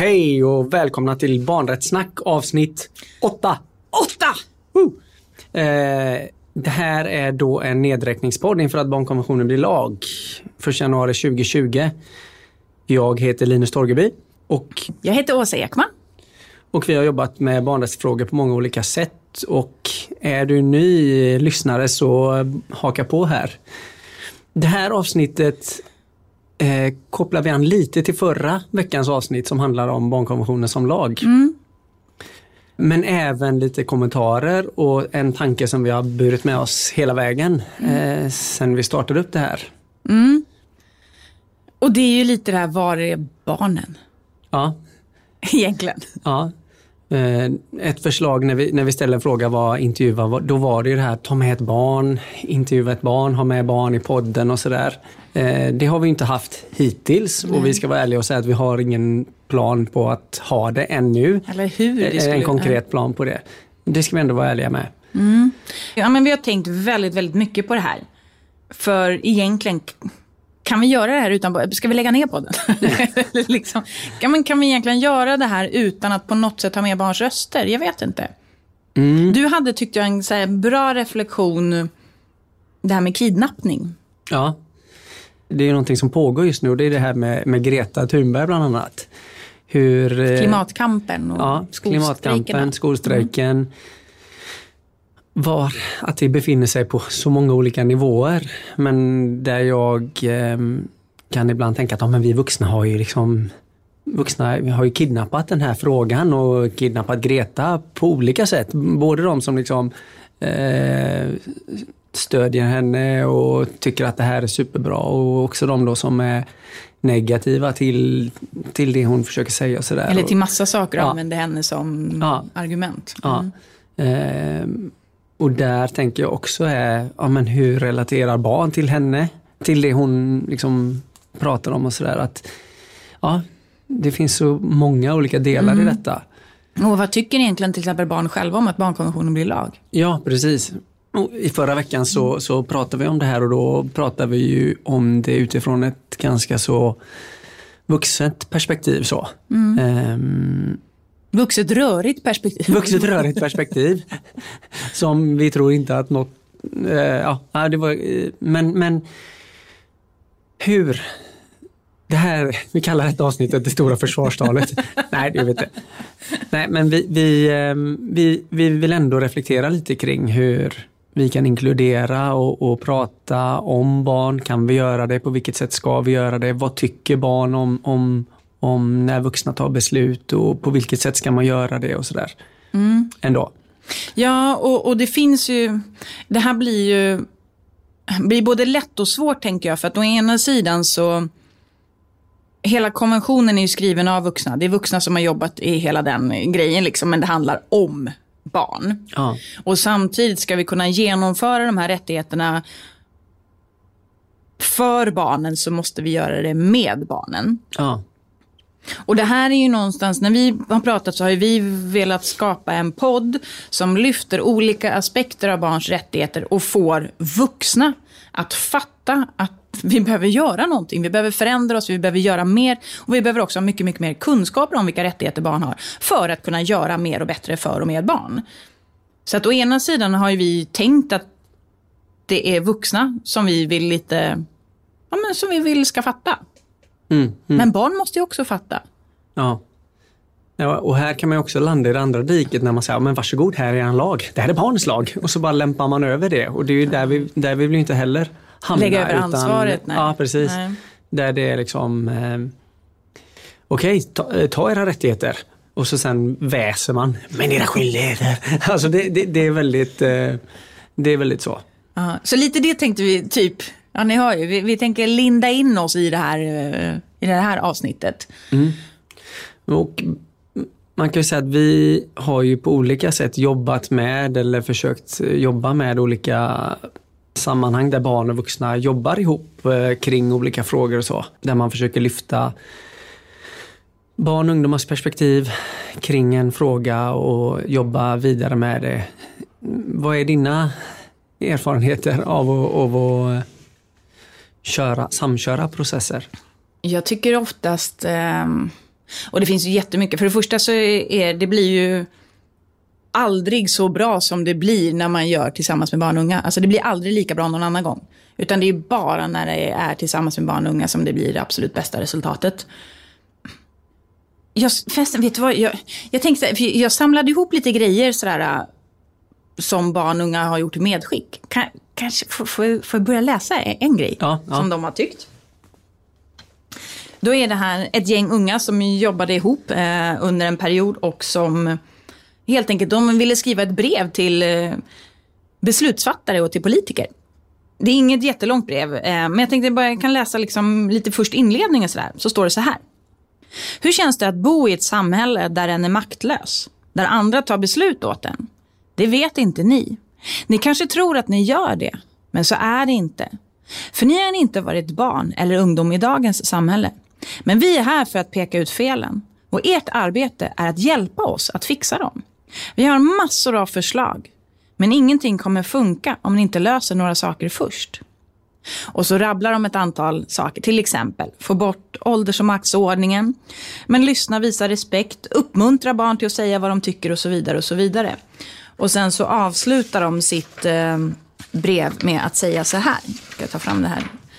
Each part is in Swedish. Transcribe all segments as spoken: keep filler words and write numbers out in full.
Hej och välkomna till Barnrättssnack avsnitt åtta. åtta! Uh. Eh, det här är då en nedräkningspodd inför att barnkonventionen blir lag. första januari tjugohundratjugo. Jag heter Linus Torgeby. Och jag heter Åsa Ekman. Och vi har jobbat med barnrättsfrågor på många olika sätt. Och är du ny lyssnare så haka på här. Det här avsnittet eh, kopplar vi an lite till förra veckans avsnitt som handlar om barnkonventionen som lag. Mm. Men även lite kommentarer och en tanke som vi har burit med oss hela vägen mm. eh, sen vi startade upp det här. Mm. Och det är ju lite det här, var är barnen? Ja. Egentligen. Ja. Eh, ett förslag när vi, när vi ställde en fråga var intervjua, då var det ju det här, ta med ett barn, intervjua ett barn, ha med barn i podden och sådär. Eh, det har vi inte haft hittills och mm. vi ska vara ärliga och säga att vi har ingen plan på att ha det ännu. Eller hur det skulle, en konkret plan på det. Det ska vi ändå vara ärliga med. Mm. Ja, men vi har tänkt väldigt, väldigt mycket på det här. För egentligen kan vi göra det här utan, ska vi lägga ner på den? liksom, kan, man, kan vi egentligen göra det här utan att på något sätt ha med barns röster? Jag vet inte. Mm. Du hade, tyckte jag, en så här, bra reflektion, det här med kidnappning. Ja, det är någonting som pågår just nu och det är det här med, med Greta Thunberg bland annat. Hur, klimatkampen och ja, klimatkampen, skolstrejken. Mm. Var att det befinner sig på så många olika nivåer. Men där jag eh, kan ibland tänka att ja, men vi vuxna har ju liksom vuxna har ju kidnappat den här frågan och kidnappat Greta på olika sätt. Både de som liksom eh, stödjer henne och tycker att det här är superbra och också de då som är negativa till, till det hon försöker säga och sådär. Eller till massa saker och ja. använder henne som ja. argument. Mm. Ja. Eh, och där tänker jag också är, ja, men hur relaterar barn till henne? Till det hon liksom pratar om och sådär. Att ja, det finns så många olika delar mm. i detta. Och vad tycker egentligen till exempel barn själva om att barnkonventionen blir lag? Ja, precis. Och i förra veckan så, så pratade vi om det här och då pratade vi ju om det utifrån ett ganska så vuxet perspektiv. Så. Mm. Um, vuxet rörigt perspektiv. Vuxet rörigt perspektiv. Som vi tror inte att något... Uh, ja, det var... Men, men hur... Det här, vi kallar detta avsnittet det stora försvarstalet. Nej, det vet inte. Nej, men vi, vi, vi, vi vill ändå reflektera lite kring hur vi kan inkludera och, och prata om barn. Kan vi göra det? På vilket sätt ska vi göra det? Vad tycker barn om, om, om när vuxna tar beslut? Och på vilket sätt ska man göra det? Och sådär. Mm. Ändå. Ja, och, och det finns ju... Det här blir ju blir både lätt och svårt, tänker jag. För att å ena sidan så... Hela konventionen är ju skriven av vuxna. Det är vuxna som har jobbat i hela den grejen liksom, men det handlar om barn. Ja. Och samtidigt ska vi kunna genomföra de här rättigheterna för barnen, så måste vi göra det med barnen. Ja. Och det här är ju någonstans, när vi har pratat så har vi velat skapa en podd som lyfter olika aspekter av barns rättigheter och får vuxna att fatta att vi behöver göra någonting. Vi behöver förändra oss, vi behöver göra mer och vi behöver också ha mycket, mycket mer kunskaper om vilka rättigheter barn har för att kunna göra mer och bättre för och med barn. Så att å ena sidan har ju vi tänkt att det är vuxna som vi vill lite, ja, men som vi vill ska fatta. Mm, mm. Men barn måste ju också fatta. Ja. Ja, och här kan man också landa i det andra diket när man säger, men varsågod, här är en lag. Det här är barns lag. Och så bara lämpar man över det. Och det är ju där vi, där vi vill inte heller hamna. Lägga över utan, ansvaret. Nej. Ja, precis. Nej. Där det är liksom, eh, okej, okay, ta, ta era rättigheter. Och så sen väser man, men era skyldigheter. Alltså det, det, det är väldigt, eh, det är väldigt så. Ja, så lite det tänkte vi typ, ja ni hör ju, vi, vi tänker linda in oss i det här, i det här avsnittet. Mm. Och man kan ju säga att vi har ju på olika sätt jobbat med eller försökt jobba med olika sammanhang där barn och vuxna jobbar ihop kring olika frågor och så. Där man försöker lyfta barn och ungdomars perspektiv kring en fråga och jobba vidare med det. Vad är dina erfarenheter av att, av att köra, samköra processer? Jag tycker oftast... Eh... Och det finns ju jättemycket. För det första så är det blir ju aldrig så bra som det blir när man gör tillsammans med barn och unga. Alltså det blir aldrig lika bra någon annan gång. Utan det är bara när det är tillsammans med barn och unga som det blir det absolut bästa resultatet. Jag, förresten, vet du vad? Jag, jag tänkte, för jag samlade ihop lite grejer sådär, som barn och unga har gjort i medskick. Kan, kanske får, får, får jag börja läsa en, en grej ja, ja. som de har tyckt. Då är det här ett gäng unga som jobbade ihop eh, under en period och som helt enkelt de ville skriva ett brev till eh, beslutsfattare och till politiker. Det är inget jättelångt brev, eh, men jag tänkte bara jag kan läsa liksom lite först inledningen så där. Så står det så här. Hur känns det att bo i ett samhälle där en är maktlös? Där andra tar beslut åt en? Det vet inte ni. Ni kanske tror att ni gör det, men så är det inte. För ni har inte varit barn eller ungdom i dagens samhälle. Men vi är här för att peka ut felen. Och ert arbete är att hjälpa oss att fixa dem. Vi har massor av förslag. Men ingenting kommer funka om ni inte löser några saker först. Och så rabblar de ett antal saker. Till exempel, få bort ålders- och maktsordningen. Men lyssna, visa respekt. Uppmuntra barn till att säga vad de tycker och så vidare och så vidare. Och sen så avslutar de sitt eh, brev med att säga så här. Ska jag ta fram det här.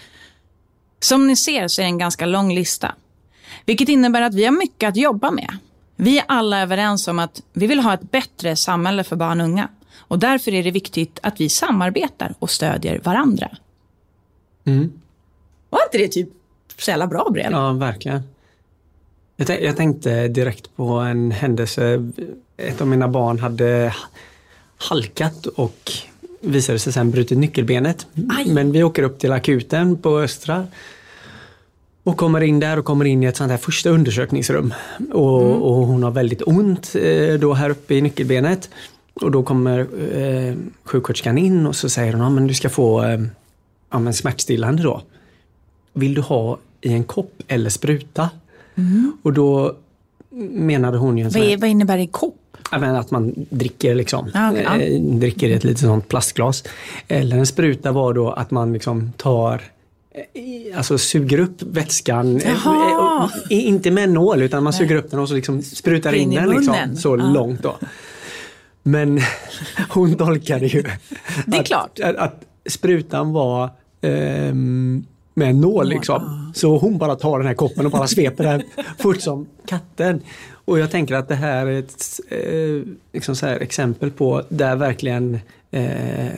Som ni ser så är det en ganska lång lista. Vilket innebär att vi har mycket att jobba med. Vi är alla överens om att vi vill ha ett bättre samhälle för barn och unga. Och därför är det viktigt att vi samarbetar och stödjer varandra. Mm. Var inte det typ så jävla bra brev? Ja, verkligen. Jag, t- jag tänkte direkt på en händelse. Ett av mina barn hade halkat och visade sig sen brutit nyckelbenet. Aj. Men vi åker upp till akuten på Östra och kommer in där och kommer in i ett sånt här första undersökningsrum. Och, mm. och hon har väldigt ont eh, då här uppe i nyckelbenet. Och då kommer eh, sjuksköterskan in och så säger hon, ja, men du ska få eh, ja, men smärtstillande då. Vill du ha i en kopp eller spruta? Mm. Och då menade hon ju en sån här, vad, vad innebär det kopp? Ja, men att man dricker liksom. Ah, okay, ja. eh, dricker i ett litet sånt plastglas. Eller en spruta var då att man liksom tar, eh, alltså suger upp vätskan. Eh, eh, inte med nål utan man suger upp den och så liksom sprutar in den liksom, så ah. långt då. Men hon tolkade ju det är att, klart. Att, att sprutan var eh, med en nål liksom. Så hon bara tar den här koppen och bara sveper den fort som katten. Och jag tänker att det här är ett eh, liksom så här exempel på där verkligen eh,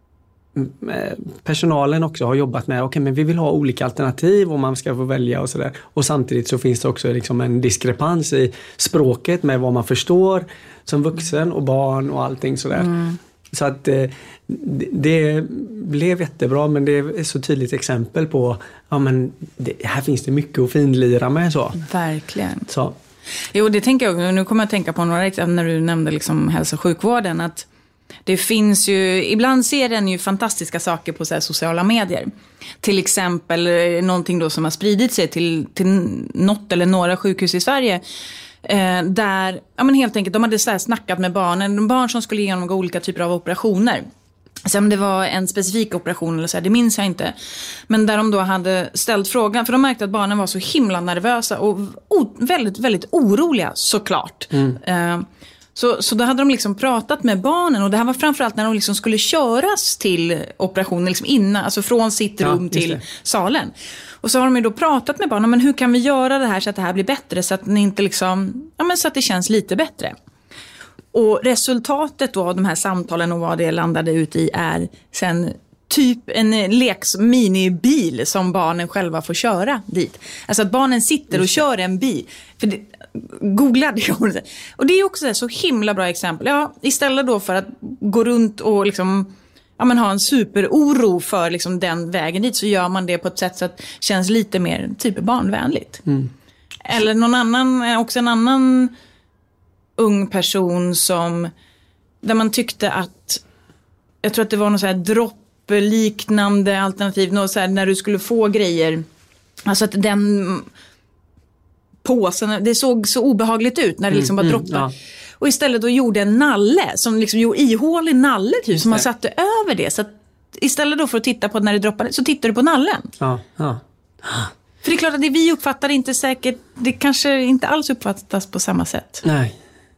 personalen också har jobbat med, okej, okay, men vi vill ha olika alternativ och man ska få välja och sådär. Och samtidigt så finns det också liksom en diskrepans i språket med vad man förstår som vuxen och barn och allting sådär. Mm. Så att eh, det blev jättebra, men det är så tydligt exempel på, ja men det, här finns det mycket att finlira med så. Verkligen. Så. Jo, det tänker jag. Nu kommer jag att tänka på några exempel när du nämnde liksom hälso- och sjukvården, att det finns ju, ibland ser den ju fantastiska saker på så här sociala medier. Till exempel någonting då som har spridit sig till, till något eller några sjukhus i Sverige. Eh, där, ja men helt enkelt, de hade så här snackat med barnen, barn som skulle genomgå olika typer av operationer. Så om det var en specifik operation eller så här, det minns jag inte. Men där de då hade ställt frågan, för de märkte att barnen var så himla nervösa och o- väldigt, väldigt oroliga såklart. Mm. Eh, Så, så då hade de liksom pratat med barnen, och det här var framförallt när de liksom skulle köras till operationen liksom innan, alltså från sitt rum ja, till salen. Och så har de ju då pratat med barnen, men hur kan vi göra det här så att det här blir bättre, så att ni inte liksom, ja men så att det känns lite bättre. Och resultatet då av de här samtalen och vad det landade ut i är sen typ en leks minibil som barnen själva får köra dit. Alltså att barnen sitter och kör en bil. För det, googlade jag. Och det är också ett så himla bra exempel. Ja, istället då för att gå runt och liksom, ja, men ha en superoro för liksom den vägen dit, så gör man det på ett sätt så att det känns lite mer typ barnvänligt. Mm. Eller någon annan, också en annan ung person som, där man tyckte att, jag tror att det var någon så här droppliknande alternativ, något så här när du skulle få grejer, alltså att den påsen, det såg så obehagligt ut när det liksom bara droppade. Mm, ja. Och istället då gjorde en nalle som liksom gjorde ihålig nalle typ, som man satte över det, så att istället då för att titta på när det droppade så tittar du på nallen. Ja, ja. För det är klart att det vi uppfattar inte säkert, det kanske inte alls uppfattas på samma sätt. Nej.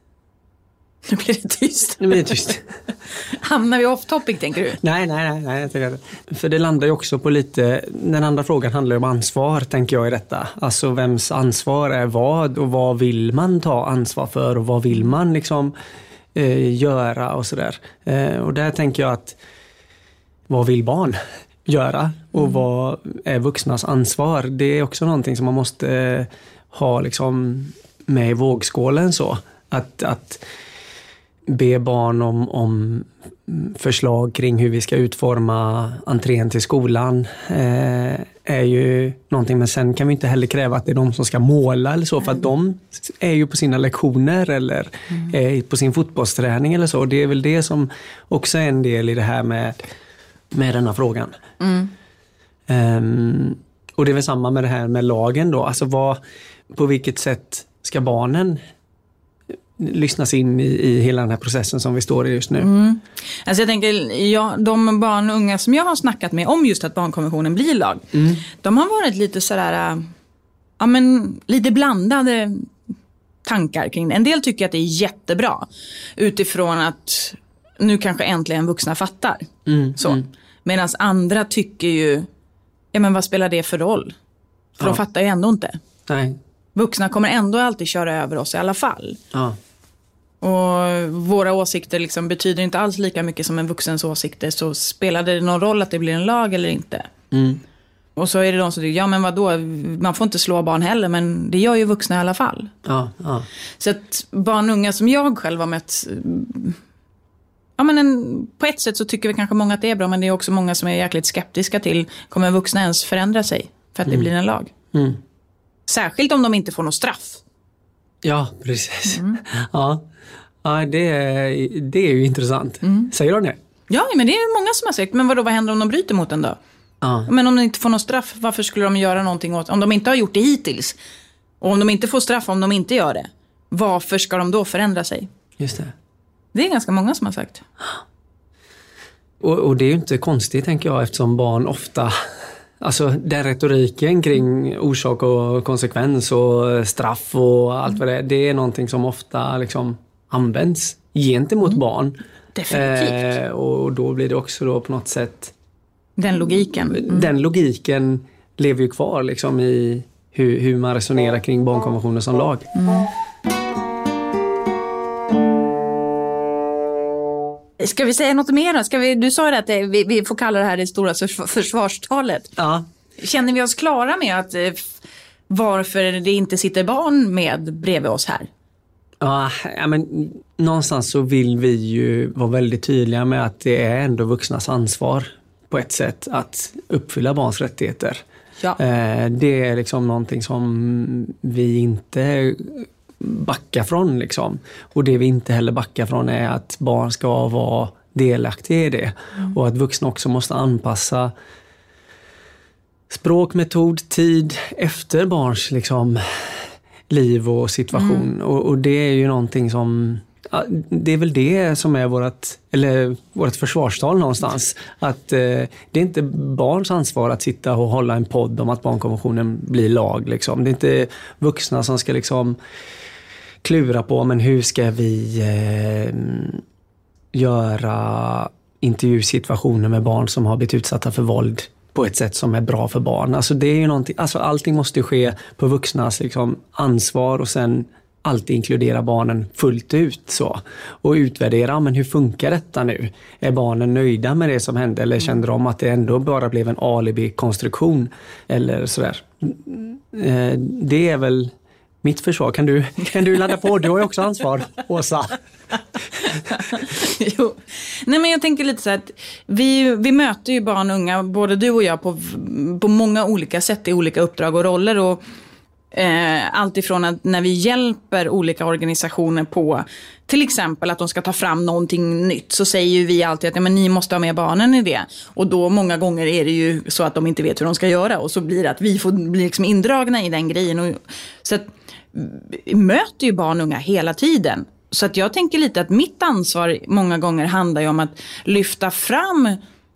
Nu blir det tyst. Nu blir det tyst. Hamnar vi off topic, tänker du? Nej, nej, nej. nej jag tycker det. För det landar ju också på lite, den andra frågan handlar ju om ansvar, tänker jag i detta. Alltså vems ansvar är vad och vad vill man ta ansvar för och vad vill man liksom eh, göra och sådär. Eh, och där tänker jag att vad vill barn göra och mm. vad är vuxnas ansvar? Det är också någonting som man måste eh, ha liksom med i vågskålen så. Att, att be barn om, om förslag kring hur vi ska utforma entrén till skolan eh, är ju någonting, men sen kan vi inte heller kräva att det är de som ska måla eller så, för att de är ju på sina lektioner eller mm. är på sin fotbollsträning eller så. Det är väl det som också är en del i det här med, med denna frågan. Mm. Um, och det är väl samma med det här med lagen då. Alltså vad, på vilket sätt ska barnen lyssnas in i, i hela den här processen som vi står i just nu? Mm. Alltså jag tänker, ja, de barn och unga som jag har snackat med om just att barnkonventionen blir lag, mm. de har varit lite sådär, ja men lite blandade tankar kring det. En del tycker att det är jättebra utifrån att nu kanske äntligen vuxna fattar. Mm. Så. Mm. Medan andra tycker ju, ja men vad spelar det för roll? För ja. de fattar ju ändå inte. Nej. Vuxna kommer ändå alltid köra över oss i alla fall. Ja. Och våra åsikter liksom betyder inte alls lika mycket som en vuxens åsikter. Så spelar det någon roll att det blir en lag eller inte? Mm. Och så är det de som tycker, ja men vadå, man får inte slå barn heller, men det gör ju vuxna i alla fall. Ja, ja. Så att barn och unga som jag själv har mött, ja men en, på ett sätt så tycker vi kanske många att det är bra, men det är också många som är jäkligt skeptiska till, kommer vuxna ens förändra sig för att mm. det blir en lag? Mm. Särskilt om de inte får något straff. Ja, precis. Mm. Ja, ja det, är, det är ju intressant. Mm. Säger de det? Ja, men det är många som har sagt. Men vadå, vad händer om de bryter mot den då? Ja. Men om de inte får något straff, varför skulle de göra någonting åt? Om de inte har gjort det hittills, och om de inte får straff om de inte gör det, varför ska de då förändra sig? Just det. Det är ganska många som har sagt. Och, och det är ju inte konstigt, tänker jag, eftersom barn ofta... Alltså den retoriken kring orsak och konsekvens och straff och allt vad det är, det är någonting som ofta liksom används gentemot mm. barn. Definitivt. Eh, och då blir det också då på något sätt... Den logiken. Mm. Den logiken lever ju kvar liksom i hur, hur man resonerar kring barnkonventionen som lag. Mm. Ska vi säga något mer då? Ska vi, du sa ju att det, vi, vi får kalla det här det stora försvarstalet. Ja. Känner vi oss klara med att varför det inte sitter barn med bredvid oss här? Ja, ja, men någonstans så vill vi ju vara väldigt tydliga med att det är ändå vuxnas ansvar på ett sätt att uppfylla barns rättigheter. Ja. Det är liksom någonting som vi inte backar från liksom. Och det vi inte heller backar från är att barn ska vara delaktiga i det. Mm. Och att vuxna också måste anpassa språk, metod, tid efter barns liksom liv och situation. Mm. Och, och det är ju någonting som, det är väl det som är vårt, eller vårt försvarstal någonstans. Att eh, det är inte barns ansvar att sitta och hålla en podd om att barnkonventionen blir lag. Liksom. Det är inte vuxna som ska liksom klura på, men hur ska vi eh, göra intervjusituationer med barn som har blivit utsatta för våld på ett sätt som är bra för barn. Alltså det är ju någonting, alltså allting måste ju ske på vuxnas liksom ansvar och sen alltid inkludera barnen fullt ut så. Och utvärdera, men hur funkar detta nu? Är barnen nöjda med det som hände eller kände de att det ändå bara blev en alibi-konstruktion eller sådär? Eh, det är väl mitt försvar. Kan du, kan du ladda på? Du har ju också ansvar, Åsa. Jo. Nej, men jag tänker lite så att vi, vi möter ju barn och unga, både du och jag, på, på många olika sätt i olika uppdrag och roller. Och eh, allt ifrån att när vi hjälper olika organisationer på till exempel att de ska ta fram någonting nytt, så säger ju vi alltid att ja, men ni måste ha med barnen i det. Och då många gånger är det ju så att de inte vet hur de ska göra, och så blir det att vi får bli liksom indragna i den grejen. Och, så att vi möter ju barn och unga hela tiden. Så att jag tänker lite att mitt ansvar många gånger handlar ju om att lyfta fram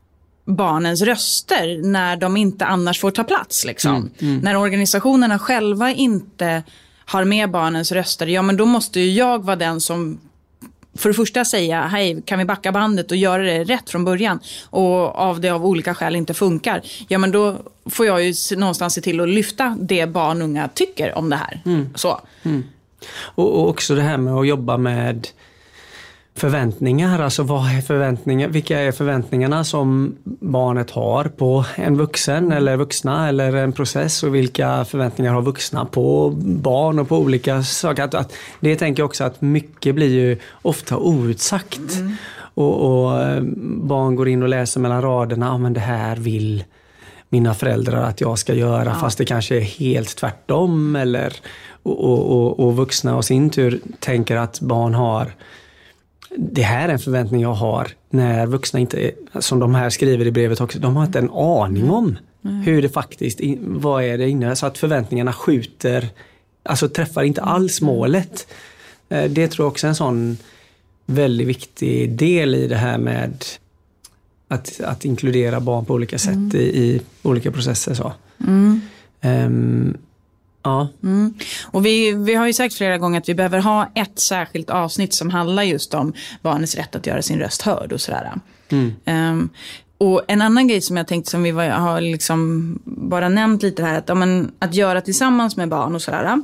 barnens röster när de inte annars får ta plats. Liksom. Mm, mm. När organisationerna själva inte har med barnens röster, ja men då måste ju jag vara den som för det första säga, hej, kan vi backa bandet och göra det rätt från början, och av det av olika skäl inte funkar, ja men då får jag ju någonstans se till att lyfta det barn och unga tycker om det här. Mm. Så. Mm. Och, och också det här med att jobba med förväntningar, alltså vad är förväntningar, vilka är förväntningarna som barnet har på en vuxen eller vuxna eller en process, och vilka förväntningar har vuxna på barn och på olika saker. Att, att, det tänker jag också att mycket blir ju ofta outsagt. Mm. Och, och barn går in och läser mellan raderna, ja men det här vill mina föräldrar att jag ska göra, ja. Fast det kanske är helt tvärtom, eller och, och, och, och vuxna och sin tur tänker att barn har, det här är en förväntning jag har, när vuxna inte, som de här skriver i brevet också, de har inte en aning om mm. hur det faktiskt, vad är det inne, så att förväntningarna skjuter, alltså träffar inte alls målet. Det tror jag också är en sån väldigt viktig del i det här med att, att inkludera barn på olika sätt mm. i, i olika processer. Så. Mm. Um, Ja. Mm. Och vi, vi har ju sagt flera gånger att vi behöver ha ett särskilt avsnitt som handlar just om barnets rätt att göra sin röst hörd och sådär. Mm. Um, och en annan grej som jag tänkte, som vi var, har liksom bara nämnt lite här, att, men, att göra tillsammans med barn och sådär.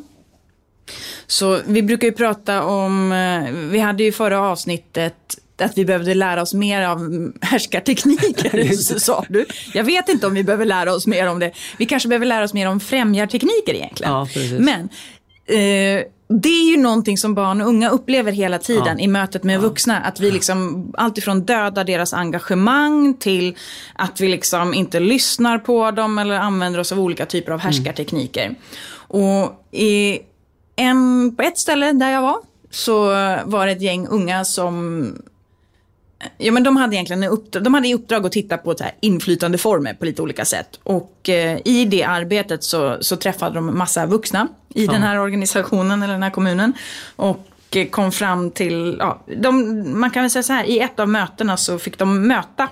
Så vi brukar ju prata om, vi hade ju förra avsnittet att vi behövde lära oss mer av härskartekniker, sa du. Jag vet inte om vi behöver lära oss mer om det. Vi kanske behöver lära oss mer om främjartekniker egentligen. Ja, precis. Men eh, det är ju någonting som barn och unga upplever hela tiden ja. i mötet med ja. vuxna. Att vi liksom alltifrån dödar deras engagemang till att vi liksom inte lyssnar på dem eller använder oss av olika typer av härskartekniker. Mm. Och i en, på ett ställe där jag var så var det ett gäng unga som... Ja, men de hade egentligen en uppdrag, de hade i uppdrag att titta på så här inflytandeformer på lite olika sätt. Och eh, i det arbetet så, så träffade de massa vuxna i ja. den här organisationen eller den här kommunen. Och eh, kom fram till, ja, de, man kan väl säga så här, i ett av mötena så fick de möta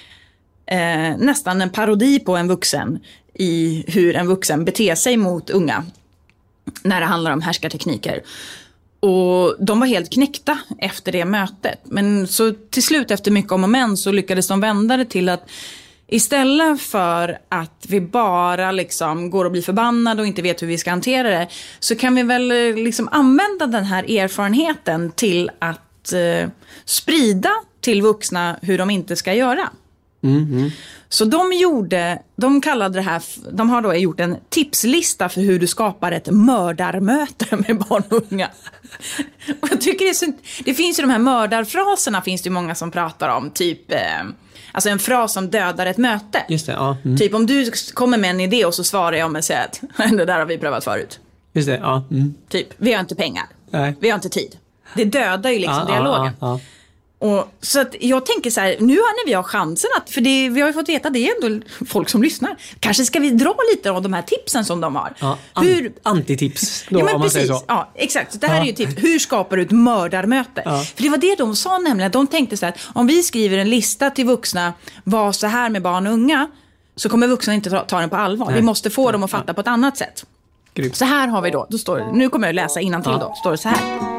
eh, nästan en parodi på en vuxen i hur en vuxen beter sig mot unga när det handlar om härskartekniker. Och de var helt knäckta efter det mötet. Men så till slut, efter mycket om och men, så lyckades de vända det till att istället för att vi bara liksom går och blir förbannade och inte vet hur vi ska hantera det, så kan vi väl liksom använda den här erfarenheten till att eh, sprida till vuxna hur de inte ska göra. Mm-hmm. Så de gjorde, de kallade det här, de har då gjort en tipslista för hur du skapar ett mördarmöte med barn och unga. Och jag tycker det är så, det finns ju de här mördarfraserna, finns det ju många som pratar om, typ eh, alltså en fras som dödar ett möte. Just det, ja. Mm. Typ om du kommer med en idé och så svarar jag med att säga att det där har vi prövat förut. Just det, ja. Mm. Typ, vi har inte pengar. Nej. Vi har inte tid. Det dödar ju liksom ja, dialogen. Ja, ja, ja. Och så att jag tänker så här, nu när vi har chansen att, för det, vi har ju fått veta, det är ändå folk som lyssnar. Kanske ska vi dra lite av de här tipsen som de har. Ja, an- Hur, antitips då, ja, men om man precis, säger så. Ja, exakt. Så det här ja. är ju tips. Hur skapar du ett mördarmöte? Ja. För det var det de sa nämligen. De tänkte så här, om vi skriver en lista till vuxna, vad så här med barn och unga, så kommer vuxna inte ta, ta den på allvar. Nej. Vi måste få dem att fatta ja. på ett annat sätt. Grymt. Så här har vi då, då står, nu kommer jag läsa innantill ja. då, står det så här.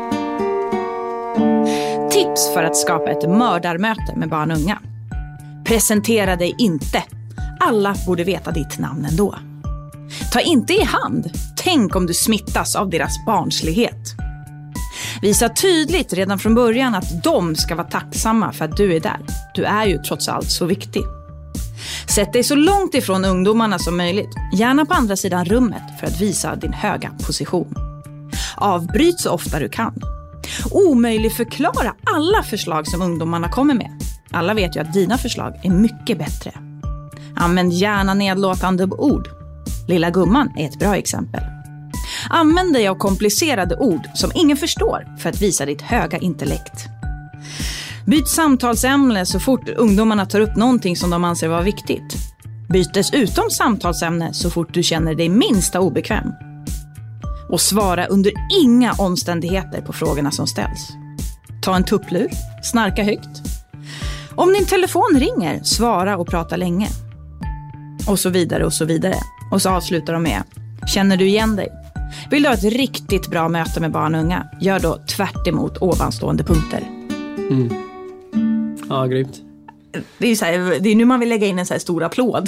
Tips för att skapa ett mördarmöte med barn och unga. Presentera dig inte. Alla borde veta ditt namn ändå. Ta inte i hand. Tänk om du smittas av deras barnslighet. Visa tydligt redan från början att de ska vara tacksamma för att du är där. Du är ju trots allt så viktig. Sätt dig så långt ifrån ungdomarna som möjligt. Gärna på andra sidan rummet för att visa din höga position. Avbryt så ofta du kan. Omöjlig förklara alla förslag som ungdomarna kommer med. Alla vet ju att dina förslag är mycket bättre. Använd gärna nedlåtande ord. Lilla gumman är ett bra exempel. Använd dig av komplicerade ord som ingen förstår för att visa ditt höga intellekt. Byt samtalsämne så fort ungdomarna tar upp någonting som de anser vara viktigt. Byt dessutom samtalsämne så fort du känner dig minsta obekväm. Och svara under inga omständigheter på frågorna som ställs. Ta en tupplur, snarka högt. Om din telefon ringer, svara och prata länge. Och så vidare och så vidare. Och så avslutar de med: känner du igen dig? Vill du ha ett riktigt bra möte med barn och unga? Gör då tvärt emot ovanstående punkter. Mm. Ja, grymt. Det är, så här, det är nu man vill lägga in en så här stor applåd.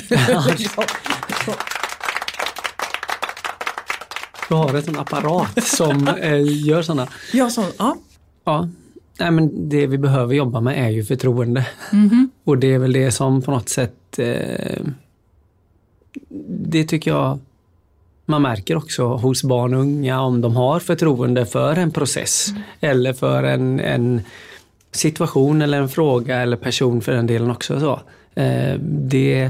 Du har ett sån apparat som eh, gör sådana. Ja, så, ja. Ja. Nej, men det vi behöver jobba med är ju förtroende. Mm-hmm. Och det är väl det som på något sätt eh, det tycker jag man märker också hos barn och unga, om de har förtroende för en process mm. eller för en, en situation eller en fråga eller person för den delen också. Så. Eh, det,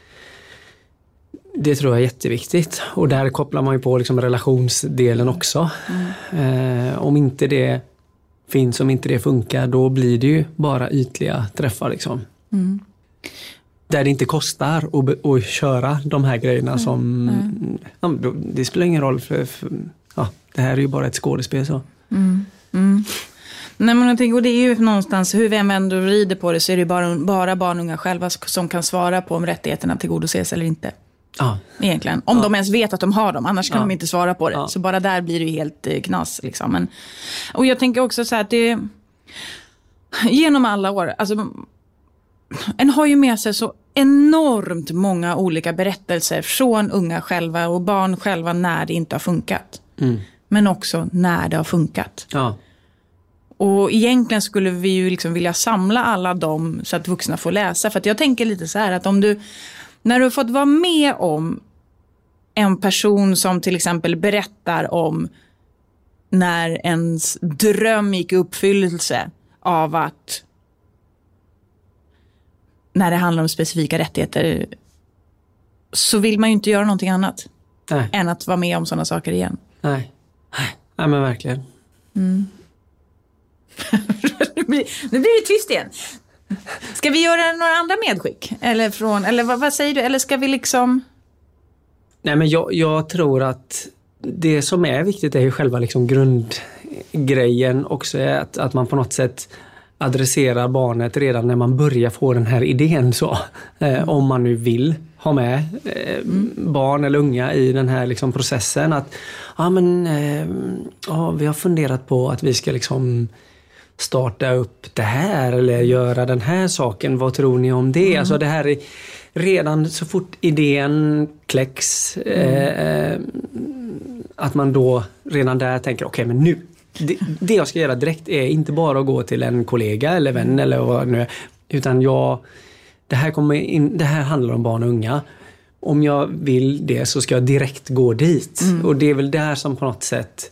det tror jag är jätteviktigt. Och där kopplar man ju på liksom relationsdelen också. Mm. Eh, om inte det finns, om inte det funkar, då blir det ju bara ytliga träffar liksom. Mm. Där det inte kostar att, att köra de här grejerna mm. som mm. Ja, det spelar ingen roll för, för ja, det här är ju bara ett skådespel så. Mm. Mm. Nej, men jag tänker, och det är ju någonstans, hur vi än vänder och rider på det, så är det bara, bara barn och unga själva som kan svara på om rättigheterna tillgodoses eller inte. Ja. Egentligen. Om ja. de ens vet att de har dem, annars kan ja. de inte svara på det. Ja. Så bara där blir det ju helt eh, knas. Liksom. Men, och jag tänker också så här att det, genom alla år, alltså, en har ju med sig så enormt många olika berättelser från unga själva och barn själva när det inte har funkat. Mm. Men också när det har funkat. Ja. Och egentligen skulle vi ju liksom vilja samla alla dem så att vuxna får läsa. För att jag tänker lite så här att om du, när du har fått vara med om en person som till exempel berättar om när ens dröm gick i uppfyllelse av att, när det handlar om specifika rättigheter, så vill man ju inte göra någonting annat. Nej. Än att vara med om sådana saker igen. Nej, Nej men verkligen. Mm. Nu blir det tyst igen. Ska vi göra några andra medskick? Eller, från, eller vad, vad säger du? Eller ska vi liksom... Nej, men jag, jag tror att det som är viktigt är ju själva liksom grundgrejen också, är att, att man på något sätt adresserar barnet redan när man börjar få den här idén så. Eh, om man nu vill ha med eh, mm. barn eller unga i den här liksom processen. Att ja, men eh, ja, vi har funderat på att vi ska liksom starta upp det här eller göra den här saken. Vad tror ni om det? Mm. Alltså det här är redan så fort idén kläcks mm. eh, att man då redan där tänker okej, okay, men nu det, det jag ska göra direkt är inte bara att gå till en kollega eller vän mm. eller vad nu är, utan jag det här kommer in, det här handlar om barn och unga. Om jag vill det så ska jag direkt gå dit. Mm. Och det är väl där som på något sätt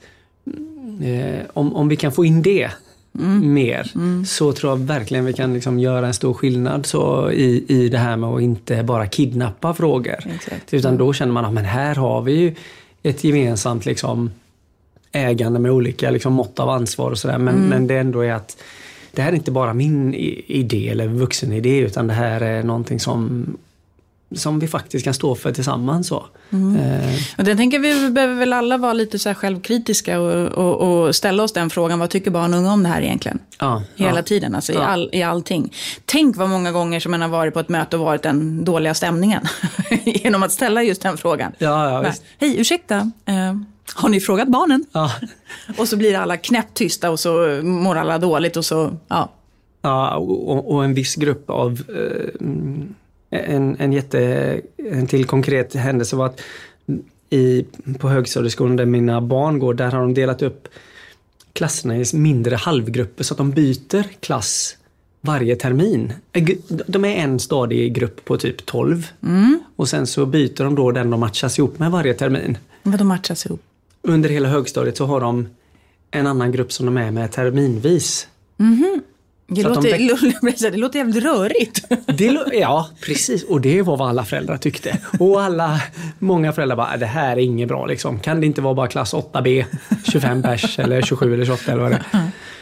eh, om, om vi kan få in det Mm. mer mm. så tror jag verkligen vi kan liksom göra en stor skillnad så i, i det här med att inte bara kidnappa frågor. Exakt. Utan då känner man att men här har vi ju ett gemensamt liksom ägande med olika liksom mått av ansvar och sådär. Men, mm. men det ändå är att det här är inte bara min idé eller vuxen idé, utan det här är någonting som som vi faktiskt kan stå för tillsammans. Så. Mm. Eh. Och det tänker vi behöver väl alla vara lite så här självkritiska och, och, och ställa oss den frågan, vad tycker barn och unga om det här egentligen? Ja, Hela ja. tiden, alltså ja. i, all, i allting. Tänk vad många gånger som man har varit på ett möte och varit den dåliga stämningen genom att ställa just den frågan. Ja, ja, visst. Hej, ursäkta, eh, har ni frågat barnen? Ja. Och så blir alla knäpptysta och så mår alla dåligt och så, ja. Ja, och, och en viss grupp av... Eh, En, en jätte en till konkret händelse var att i, på högstadieskolan där mina barn går, där har de delat upp klasserna i mindre halvgrupper så att de byter klass varje termin. De är en stadig grupp på typ tolv mm. och sen så byter de då den de matchas ihop med varje termin. Vad de matchas ihop? Under hela högstadiet så har de en annan grupp som de är med terminvis. Mhm. Det låter, de... det låter jävligt rörigt. Det, ja, precis. Och det var vad alla föräldrar tyckte. Och alla, många föräldrar bara, det här är inget bra liksom. Kan det inte vara bara klass åtta B, tjugofem pers eller tjugosju eller tjugoåtta eller vad det är.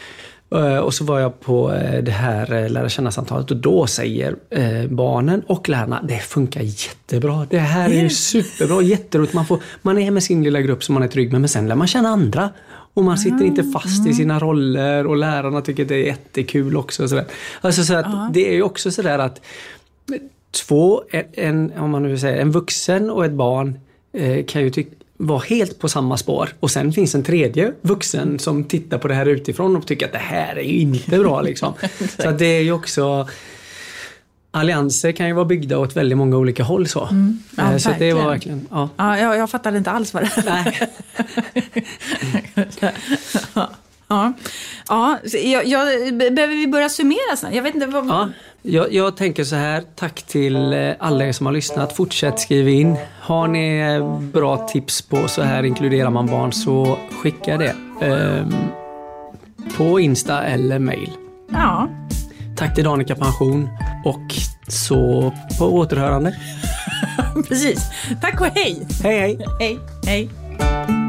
Och så var jag på det här lära känna-samtalet och då säger barnen och lärarna, det funkar jättebra. Det här är ju superbra, jätteroligt. Man, får, man är med sin lilla grupp som man är trygg med, men sen lär man känna andra. Och man sitter inte fast i sina roller och lärarna tycker det är jättekul också. Så alltså så att uh-huh. det är ju också sådär att två, en, om man nu vill säga, en vuxen och ett barn eh, kan ju tycka var helt på samma spår. Och sen finns en tredje vuxen som tittar på det här utifrån och tycker att det här är ju inte bra liksom. Så att det är ju också, allianser kan ju vara byggda åt väldigt många olika håll så. Mm. Ja, så det var verkligen, ja. Ja, jag, jag fattade inte alls vad det Nej. ja. Ja, jag, jag, behöver vi börja summera sen? Jag vet inte vad... Ja, jag, jag tänker så här, tack till alla er som har lyssnat. Fortsätt skriva in. Har ni bra tips på så här inkluderar man barn, så skicka det eh, på Insta eller mail. Ja. Tack till Danica Pension och så på återhörande. Precis. Tack och hej. Hej hej. Hej hej.